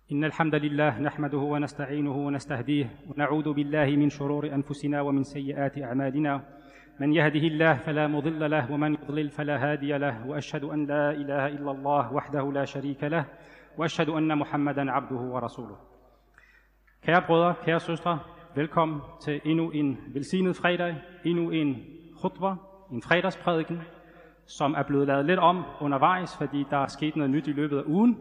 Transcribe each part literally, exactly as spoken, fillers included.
إن الحمد لله نحمده ونستعينه ونستهديه ونعوذ بالله من شرور أنفسنا ومن سيئات أعمالنا من يهده الله فلا مضل له ومن يضلل فلا هادي له وأشهد أن لا إله إلا الله وحده لا شريك له وأشهد أن محمدا عبده ورسوله. Kære brødre, kære søstre, velkommen til endnu en velsignet fredag, endnu en khutbah, en fredagsprædiken, som er blevet lavet lidt om undervejs, fordi der er sket noget nyt i løbet af ugen.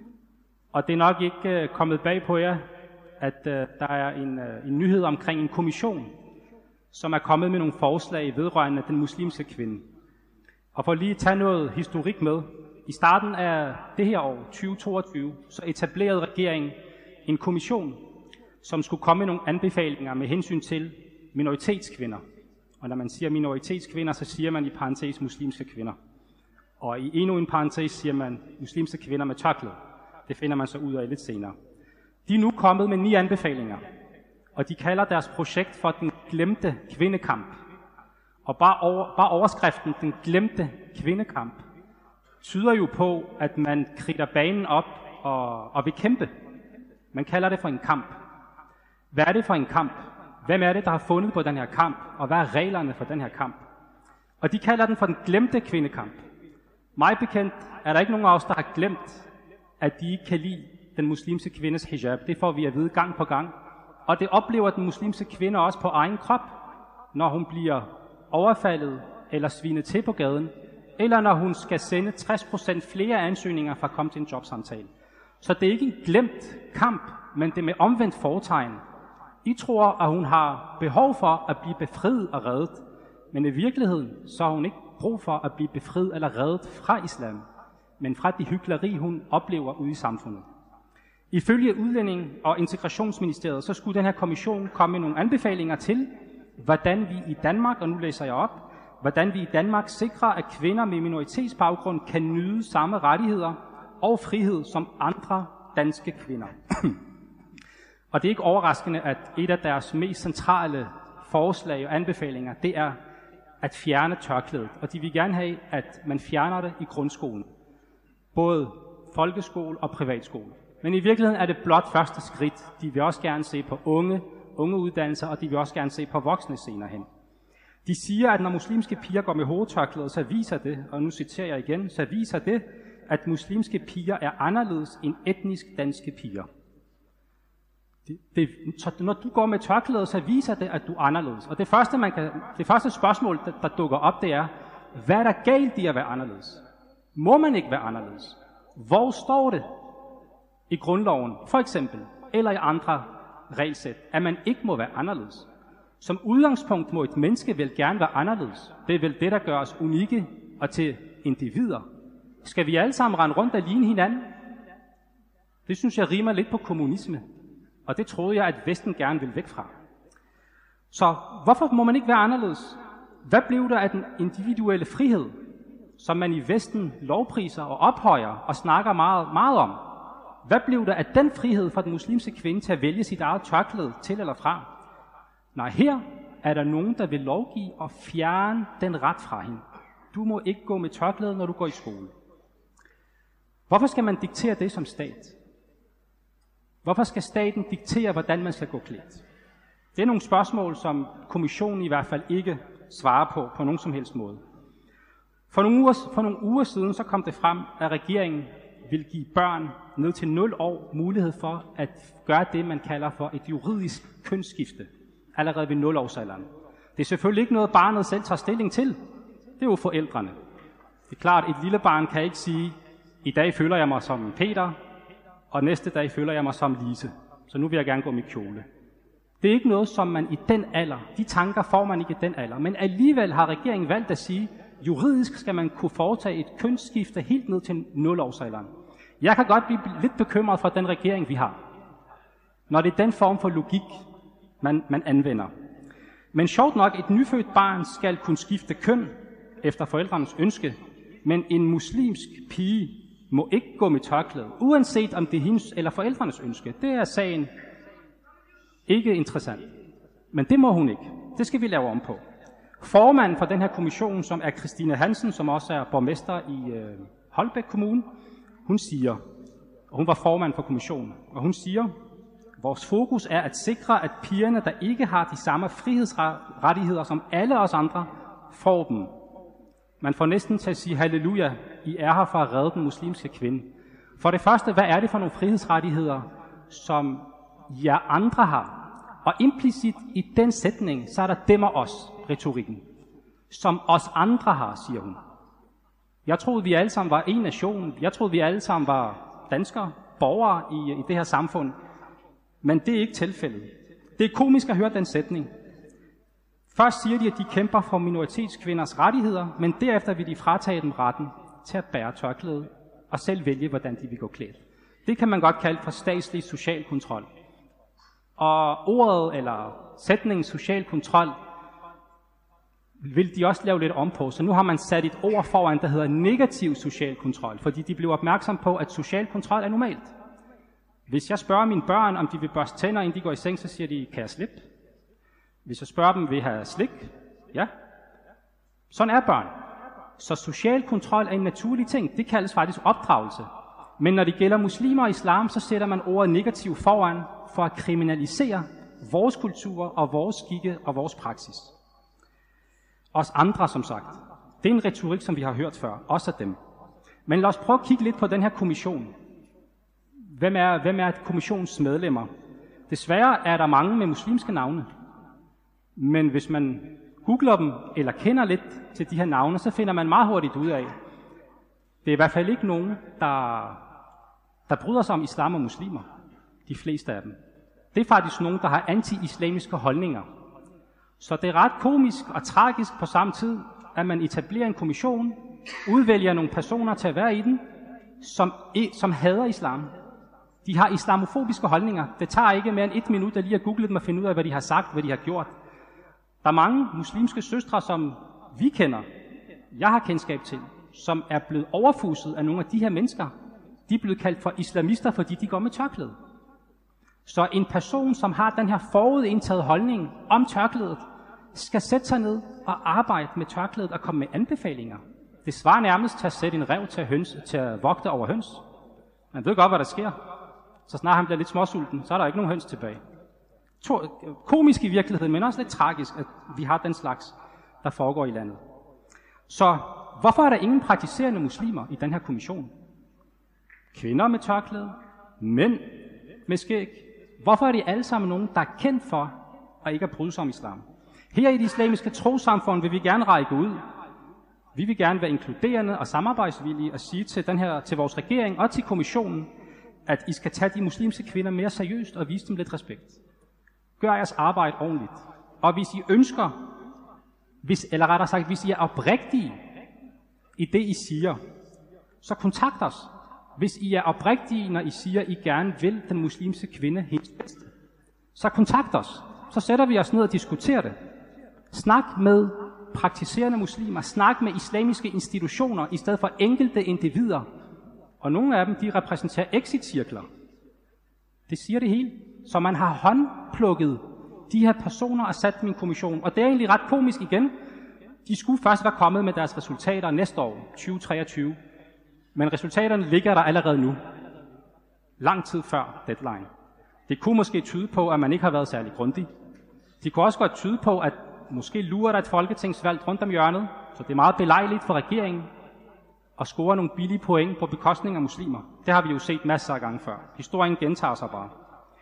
Og det er nok ikke uh, kommet bag på jer, at uh, der er en, uh, en nyhed omkring en kommission, som er kommet med nogle forslag vedrørende den muslimske kvinde. Og for lige at tage noget historik med, i starten af det her år, tyve toogtyve, så etablerede regeringen en kommission, som skulle komme med nogle anbefalinger med hensyn til minoritetskvinder. Og når man siger minoritetskvinder, så siger man i parentes muslimske kvinder. Og i endnu en parentes siger man muslimske kvinder med tørklæde. Det finder man så ud af lidt senere. De er nu kommet med ni anbefalinger, og de kalder deres projekt for den glemte kvindekamp. Og bare, over, bare overskriften, den glemte kvindekamp, tyder jo på, at man kridter banen op og, og vil kæmpe. Man kalder det for en kamp. Hvad er det for en kamp? Hvem er det, der har fundet på den her kamp? Og hvad er reglerne for den her kamp? Og de kalder den for den glemte kvindekamp. Mig bekendt er der ikke nogen af os, der har glemt, at de ikke kan lide den muslimske kvindes hijab. Det får vi at vide gang på gang. Og det oplever den muslimske kvinde også på egen krop, når hun bliver overfaldet eller svinet til på gaden, eller når hun skal sende tres procent flere ansøgninger for at komme til en jobsamtale. Så det er ikke en glemt kamp, men det er med omvendt fortegn. I tror, at hun har behov for at blive befriet og reddet, men i virkeligheden så har hun ikke brug for at blive befriet eller reddet fra islam, men fra det hykleri, hun oplever ude i samfundet. Ifølge Udlænding- og Integrationsministeriet, så skulle den her kommission komme med nogle anbefalinger til, hvordan vi i Danmark, og nu læser jeg op, hvordan vi i Danmark sikrer, at kvinder med minoritetsbaggrund kan nyde samme rettigheder og frihed som andre danske kvinder. Og det er ikke overraskende, at et af deres mest centrale forslag og anbefalinger, det er at fjerne tørklædet. Og de vil gerne have, at man fjerner det i grundskolen. Både folkeskole og privatskole. Men i virkeligheden er det blot første skridt. De vil også gerne se på unge, unge uddannelser, og de vil også gerne se på voksne senere hen. De siger, at når muslimske piger går med hovedtørklæder, så viser det, og nu citerer jeg igen, så viser det, at muslimske piger er anderledes end etnisk danske piger. Det, det, når du går med tørklæder, så viser det, at du er anderledes. Og det første, man kan, det første spørgsmål, der, der dukker op, det er, hvad er der galt i at være anderledes? Må man ikke være anderledes? Hvor står det i grundloven, for eksempel, eller i andre regelsæt, at man ikke må være anderledes? Som udgangspunkt må et menneske vel gerne være anderledes. Det er vel det, der gør os unikke og til individer. Skal vi alle sammen rende rundt og ligne hinanden? Det synes jeg rimer lidt på kommunisme. Og det troede jeg, at Vesten gerne ville væk fra. Så hvorfor må man ikke være anderledes? Hvad blev der af den individuelle frihed, som man i Vesten lovpriser og ophøjer og snakker meget, meget om? Hvad blev der af den frihed for den muslimske kvinde til at vælge sit eget tørklæde til eller fra? Nej, her er der nogen, der vil lovgive og fjerne den ret fra hende. Du må ikke gå med tørklæde, når du går i skole. Hvorfor skal man diktere det som stat? Hvorfor skal staten diktere, hvordan man skal gå klædt? Det er nogle spørgsmål, som kommissionen i hvert fald ikke svarer på på nogen som helst måde. For nogle uger, for nogle uger siden så kom det frem, at regeringen vil give børn ned til nul år mulighed for at gøre det, man kalder for et juridisk kønsskifte, allerede ved nul årsalderen. Det er selvfølgelig ikke noget, barnet selv tager stilling til. Det er jo forældrene. Det er klart, at et lille barn kan ikke sige, i dag føler jeg mig som Peter, og næste dag føler jeg mig som Lise, så nu vil jeg gerne gå med kjole. Det er ikke noget, som man i den alder, de tanker får man ikke i den alder, men alligevel har regeringen valgt at sige, juridisk skal man kunne foretage et kønsskifte helt ned til nul årsalderen. Jeg kan godt blive lidt bekymret for den regering, vi har, når det er den form for logik, man, man anvender. Men sjovt nok, et nyfødt barn skal kunne skifte køn efter forældrenes ønske, men en muslimsk pige må ikke gå med tørklæde, uanset om det er hendes eller forældrenes ønske. Det er sagen ikke interessant. Men det må hun ikke. Det skal vi lave om på. Formanden for den her kommission, som er Christine Hansen, som også er borgmester i øh, Holbæk Kommune, hun siger, og hun var formand for kommissionen. Og hun siger, vores fokus er at sikre, at pigerne, der ikke har de samme frihedsrettigheder som alle os andre, får dem. Man får næsten til at sige, halleluja, I er her for at redde den muslimske kvinde. For det første, hvad er det for nogle frihedsrettigheder, som jer andre har? Og implicit i den sætning, så er der dem og os, retorikken. Som os andre har, siger hun. Jeg troede, vi alle sammen var en nation. Jeg troede, vi alle sammen var danskere, borgere i, i det her samfund. Men det er ikke tilfældet. Det er komisk at høre den sætning. Først siger de, at de kæmper for minoritetskvinders rettigheder, men derefter vil de fratage dem retten til at bære tørklæde og selv vælge, hvordan de vil gå klædt. Det kan man godt kalde for statslig social kontrol. Og ordet eller sætningen social kontrol vil de også lave lidt om på. Så nu har man sat et ord foran, der hedder negativ social kontrol, fordi de blev opmærksom på, at social kontrol er normalt. Hvis jeg spørger mine børn, om de vil børste tænder, inden de går i seng, så siger de, kan jeg slippe? Hvis jeg spørger dem, vil jeg have slik? Ja. Sådan er børn. Så social kontrol er en naturlig ting. Det kaldes faktisk opdragelse. Men når det gælder muslimer og islam, så sætter man ordet negativ foran for at kriminalisere vores kultur og vores skikke og vores praksis. Os andre, som sagt. Det er en retorik, som vi har hørt før. Også af dem. Men lad os prøve at kigge lidt på den her kommission. Hvem er, hvem er kommissionens medlemmer? Desværre er der mange med muslimske navne. Men hvis man googler dem eller kender lidt til de her navne, så finder man meget hurtigt ud af, det er i hvert fald ikke nogen, der, der bryder sig om islam og muslimer. De fleste af dem. Det er faktisk nogen, der har anti-islamiske holdninger. Så det er ret komisk og tragisk på samme tid, at man etablerer en kommission, udvælger nogle personer til at være i den, som, som hader islam. De har islamofobiske holdninger. Det tager ikke mere end et minut at lige at google dem og finde ud af, hvad de har sagt, hvad de har gjort. Der er mange muslimske søstre, som vi kender, jeg har kendskab til, som er blevet overfuset af nogle af de her mennesker. De er blevet kaldt for islamister, fordi de går med tørklæde. Så en person, som har den her forudindtaget holdning om tørklædet, skal sætte sig ned og arbejde med tørklædet og komme med anbefalinger. Det svarer nærmest til at sætte en ræv til at, høns, til at vogte over høns. Man ved godt, hvad der sker. Så snart han bliver lidt småsulten, så er der ikke nogen høns tilbage. To, komisk i virkeligheden, men også lidt tragisk, at vi har den slags, der foregår i landet. Så hvorfor er der ingen praktiserende muslimer i den her kommission? Kvinder med tørklæde, mænd med skæg. Hvorfor er de alle sammen nogen, der er kendt for at ikke at bryde sig om islam? Her i det islamiske trossamfund vil vi gerne række ud. Vi vil gerne være inkluderende og samarbejdsvillige og sige til, den her, til vores regering og til kommissionen, at I skal tage de muslimske kvinder mere seriøst og vise dem lidt respekt. Gør jeres arbejde ordentligt. Og hvis I ønsker, hvis, eller rettere sagt, hvis I er oprigtige i det, I siger, så kontakt os. Hvis I er oprigtige, når I siger, at I gerne vil den muslimske kvinde hendes bedste, så kontakt os. Så sætter vi os ned og diskuterer det. Snak med praktiserende muslimer. Snak med islamiske institutioner i stedet for enkelte individer. Og nogle af dem, de repræsenterer exit-cirkler. Det siger det hele. Så man har håndplukket de her personer og sat dem i en kommission. Og det er egentlig ret komisk igen. De skulle først være kommet med deres resultater næste år, tyve treogtyve. Men resultaterne ligger der allerede nu. Lang tid før deadline. Det kunne måske tyde på, at man ikke har været særlig grundig. Det kunne også godt tyde på, at måske lurer der et folketingsvalg rundt om hjørnet. Så det er meget belejligt for regeringen at score nogle billige point på bekostning af muslimer. Det har vi jo set masser af gange før. Historien gentager sig bare.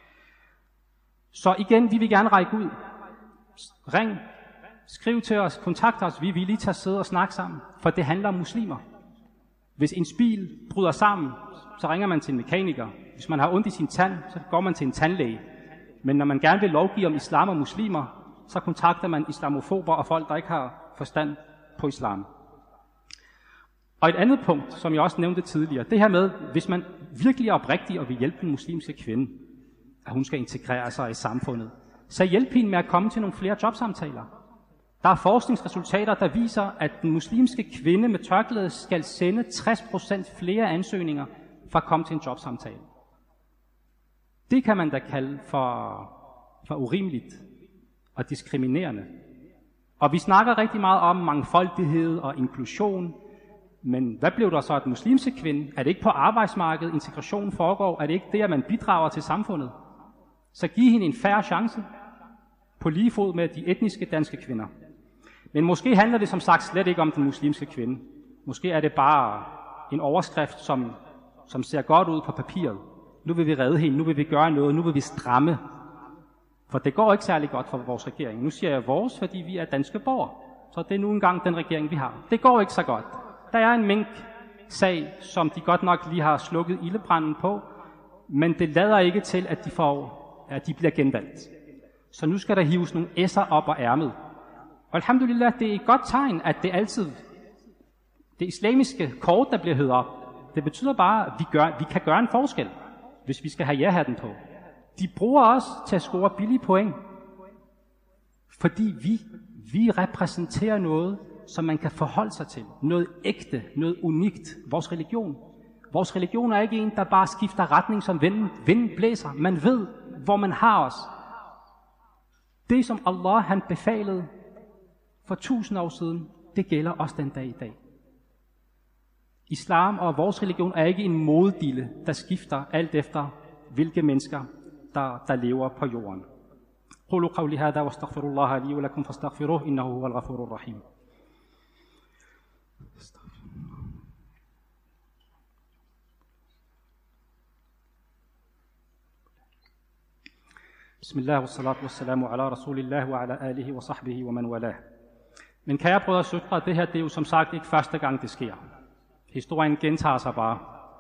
Så igen, vi vil gerne række ud. Ring, skriv til os, kontakt os. Vi er villige til at sidde og snakke sammen, for det handler om muslimer. Hvis en bil bryder sammen, så ringer man til en mekaniker. Hvis man har ondt i sin tand, så går man til en tandlæge. Men når man gerne vil lovgive om islam og muslimer, så kontakter man islamofober og folk, der ikke har forstand på islam. Og et andet punkt, som jeg også nævnte tidligere, det her med, hvis man virkelig er oprigtig og vil hjælpe den muslimske kvinde, at hun skal integrere sig i samfundet, så hjælp hende med at komme til nogle flere jobsamtaler. Der er forskningsresultater, der viser, at den muslimske kvinde med tørklæde skal sende tres procent flere ansøgninger for at komme til en jobsamtale. Det kan man da kalde for, for urimeligt og diskriminerende. Og vi snakker rigtig meget om mangfoldighed og inklusion, Men hvad blev der så af den muslimske kvinde? Er det ikke på arbejdsmarkedet, integrationen foregår? Er det ikke det, at man bidrager til samfundet? Så giv hende en fair chance på lige fod med de etniske danske kvinder. Men måske handler det som sagt slet ikke om den muslimske kvinde. Måske er det bare en overskrift, som, som ser godt ud på papiret. Nu vil vi redde hende, nu vil vi gøre noget, nu vil vi stramme. For det går ikke særlig godt for vores regering. Nu siger jeg vores, fordi vi er danske borgere. Så det er nu engang den regering, vi har. Det går ikke så godt. Der er en mink-sag, som de godt nok lige har slukket ildebranden på, men det lader ikke til, at de, får, at de bliver genvalgt. Så nu skal der hives nogle esser op af ærmet. Og alhamdulillah, det er et godt tegn, at det altid, det islamiske kort, der bliver hørt op, det betyder bare, at vi, gør, vi kan gøre en forskel, hvis vi skal have ja-hatten på. De bruger os til at score billige point, fordi vi, vi repræsenterer noget, som man kan forholde sig til. Noget ægte, noget unikt. Vores religion. Vores religion er ikke en, der bare skifter retning, som vinden, vinden blæser. Man ved, hvor man har os. Det, som Allah han befalede for tusind år siden, det gælder også den dag i dag. Islam og vores religion er ikke en modedille, der skifter alt efter, hvilke mennesker, der, der lever på jorden. قولوا قولي هذا واستغفر الله لي ولكم فاستغفروه إنه هو الغفور الرحيم. بسم الله والصلاة والسلام على رسول الله وعلى آله وصحبه ومن والاه. Men kære brødre og søstre, det her det er jo som sagt ikke første gang det sker. Historien gentager sig bare.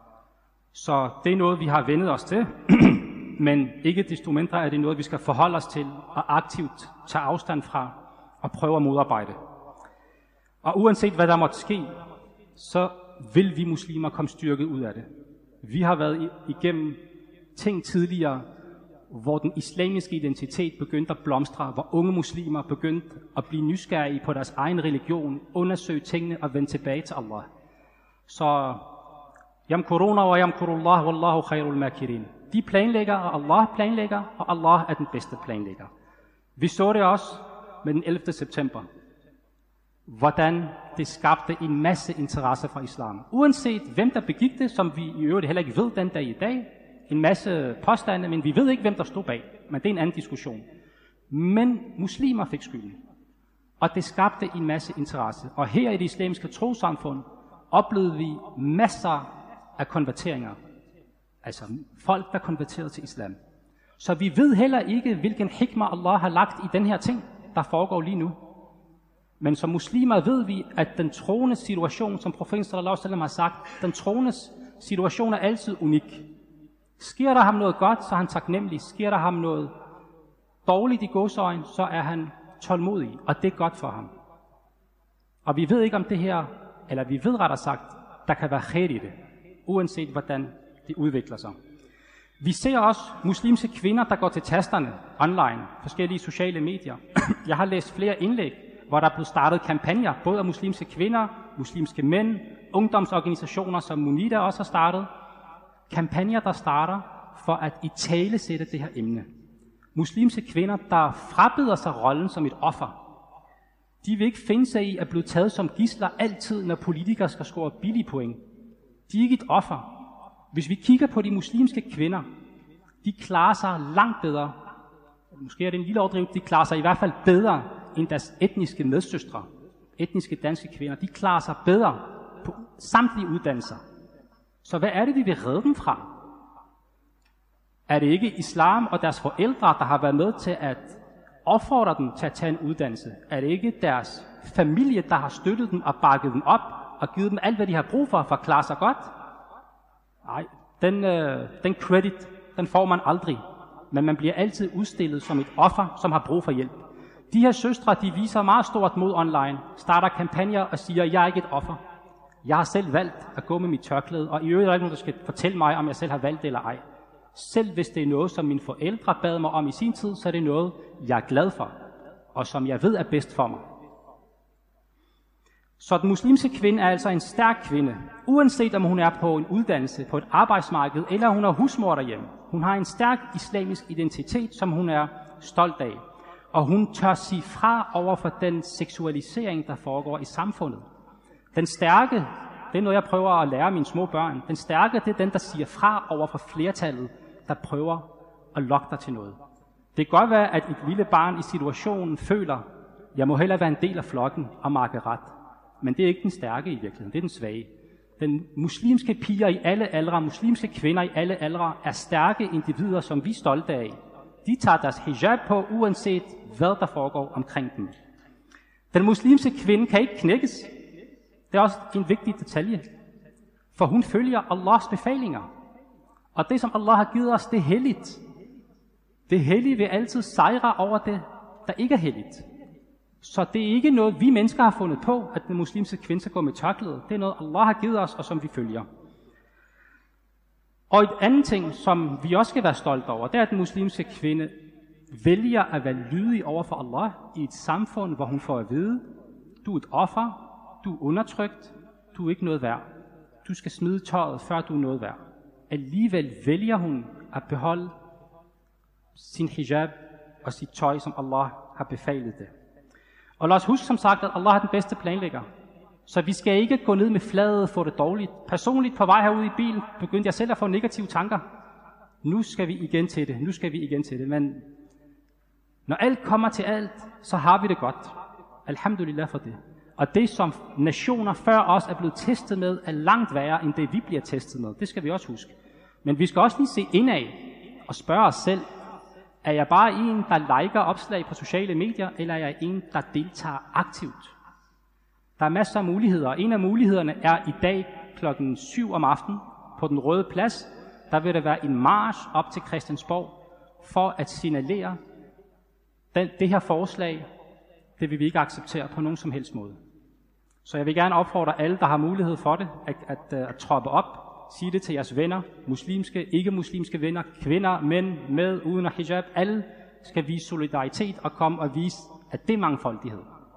Så det er noget vi har vendet os til, men ikke desto mindre er det noget vi skal forholde os til og aktivt tage afstand fra og prøve at modarbejde. Og uanset hvad der måtte ske, så vil vi muslimer komme styrket ud af det. Vi har været igennem ting tidligere, hvor den islamiske identitet begyndte at blomstre, hvor unge muslimer begyndte at blive nysgerrige på deres egen religion, undersøge tingene og vende tilbage til Allah. Så yamkuruna wa yamkurullah wallahu khairul makirin. De planlægger, og Allah planlægger, og Allah er den bedste planlægger. Vi så det også med den ellevte september, hvordan det skabte en masse interesse fra islam. Uanset hvem der begik det, som vi i øvrigt heller ikke ved den dag i dag, en masse påstande, men vi ved ikke, hvem der stod bag. Men det er en anden diskussion. Men muslimer fik skylden. Og det skabte en masse interesse. Og her i det islamiske trossamfund oplevede vi masser af konverteringer. Altså folk, der konverterede til islam. Så vi ved heller ikke, hvilken hikmah Allah har lagt i den her ting, der foregår lige nu. Men som muslimer ved vi, at den troendes situation, som profeten sallallahu alaihi wasallam har sagt, den troendes situation er altid unik. Sker der ham noget godt, så er han taknemmelig. Sker der ham noget dårligt i gåseøjne, så er han tålmodig, og det er godt for ham. Og vi ved ikke om det her, eller vi ved rettere sagt, der kan være khair i det, uanset hvordan det udvikler sig. Vi ser også muslimske kvinder, der går til tasterne online, forskellige sociale medier. Jeg har læst flere indlæg, hvor der er blevet startet kampagner, både af muslimske kvinder, muslimske mænd, ungdomsorganisationer, som Munida også har startet. Kampagner, der starter for at italesætte det her emne. Muslimske kvinder, der frabeder sig rollen som et offer. De vil ikke finde sig i at blive taget som gidsler altid, når politikere skal score billige point. De er ikke et offer. Hvis vi kigger på de muslimske kvinder, de klarer sig langt bedre. Måske er det en lille overdrivet, de klarer sig i hvert fald bedre end deres etniske medsøstre. Etniske danske kvinder, de klarer sig bedre på samtlige uddannelser. Så hvad er det, vi vil redde dem fra? Er det ikke islam og deres forældre, der har været med til at opfordre dem til at tage en uddannelse? Er det ikke deres familie, der har støttet dem og bakket dem op og givet dem alt, hvad de har brug for for at klare sig godt? Nej, den, øh, den credit, den får man aldrig. Men man bliver altid udstillet som et offer, som har brug for hjælp. De her søstre, de viser meget stort mod online, starter kampagner og siger, jeg er ikke et offer. Jeg har selv valgt at gå med mit tørklæde, og i øvrigt er der ikke nogen, der skal fortælle mig, om jeg selv har valgt det eller ej. Selv hvis det er noget, som mine forældre bad mig om i sin tid, så er det noget, jeg er glad for, og som jeg ved er bedst for mig. Så den muslimske kvinde er altså en stærk kvinde, uanset om hun er på en uddannelse, på et arbejdsmarked, eller hun er husmor derhjemme. Hun har en stærk islamisk identitet, som hun er stolt af, og hun tør sige fra over for den seksualisering, der foregår i samfundet. Den stærke Det er noget, jeg prøver at lære mine små børn. Den stærke, det er den, der siger fra over for flertallet, der prøver at lokke dig til noget. Det kan godt være, at et lille barn i situationen føler, jeg må hellere være en del af flokken og marke ret. Men det er ikke den stærke i virkeligheden, det er den svage. Den muslimske piger i alle aldre, muslimske kvinder i alle aldre, er stærke individer, som vi er stolte af. De tager deres hijab på, uanset hvad der foregår omkring dem. Den muslimske kvinde kan ikke knækkes. Det er også en vigtig detalje. For hun følger Allahs befalinger. Og det, som Allah har givet os, det er helligt. Det hellige vil altid sejre over det, der ikke er helligt. Så det er ikke noget, vi mennesker har fundet på, at den muslimske kvinde skal gå med tørklæde. Det er noget, Allah har givet os, og som vi følger. Og et andet ting, som vi også skal være stolte over, det er, at den muslimske kvinde vælger at være lydig over for Allah i et samfund, hvor hun får at vide, du er et offer, du er undertrykt, du er ikke noget værd. Du skal smide tøjet, før du er noget værd. Alligevel vælger hun at beholde sin hijab og sit tøj, som Allah har befalet det. Og lad os huske som sagt, at Allah er den bedste planlægger. Så vi skal ikke gå ned med fladet og få det dårligt. Personligt på vej herude i bilen begyndte jeg selv at få negative tanker. Nu skal vi igen til det, nu skal vi igen til det. Men når alt kommer til alt, så har vi det godt. Alhamdulillah for det. Og det, som nationer før os er blevet testet med, er langt værre, end det vi bliver testet med. Det skal vi også huske. Men vi skal også lige se indad og spørge os selv, er jeg bare en, der liker opslag på sociale medier, eller er jeg en, der deltager aktivt? Der er masser af muligheder. En af mulighederne er i dag klokken syv om aftenen på Den Røde Plads. Der vil der være en march op til Christiansborg for at signalere den, det her forslag. Det vil vi ikke acceptere på nogen som helst måde. Så jeg vil gerne opfordre alle, der har mulighed for det, at, at, at, at troppe op. Sige det til jeres venner, muslimske, ikke-muslimske venner, kvinder, mænd, med, uden og hijab. Alle skal vise solidaritet og komme og vise, at det er mangfoldighed.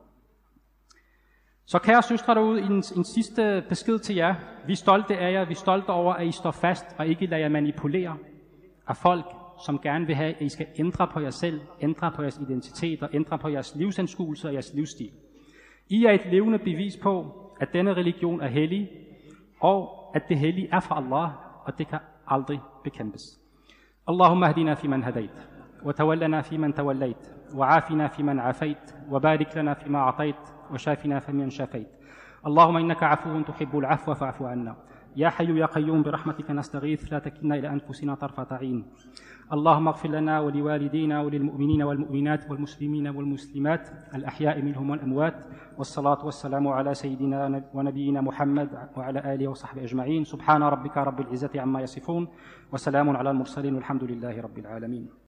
Så kære søstre derude, en, en sidste besked til jer. Vi er stolte af jer, vi er stolte over, at I står fast og ikke lader jer manipulere af folk, som gerne vil have, at I skal ændre på jer selv, ændre på jeres identitet og ændre på jeres livsanskuelse og jeres livsstil. I er et levende bevis på, at denne religion er hellig, og at det hellige er fra Allah, og det kan aldrig bekæmpes. Allahumma hdina fi man hadait, wa tawallana fi man tawallait, wa afina fi man afait, wa barik lana fi ma atait, wa shafina fi man shafait. Allahumma innaka afuun tuhibbul afwa fa'fu anna. يا حي يا قيوم برحمتك نستغيث لا تكلنا إلى أنفسنا طرفة عين. اللهم اغفر لنا ولوالدينا وللمؤمنين والمؤمنات والمسلمين والمسلمات الأحياء منهم والأموات والصلاة والسلام على سيدنا ونبينا محمد وعلى آله وصحبه أجمعين. سبحان ربك رب العزة عما يصفون وسلام على المرسلين والحمد لله رب العالمين.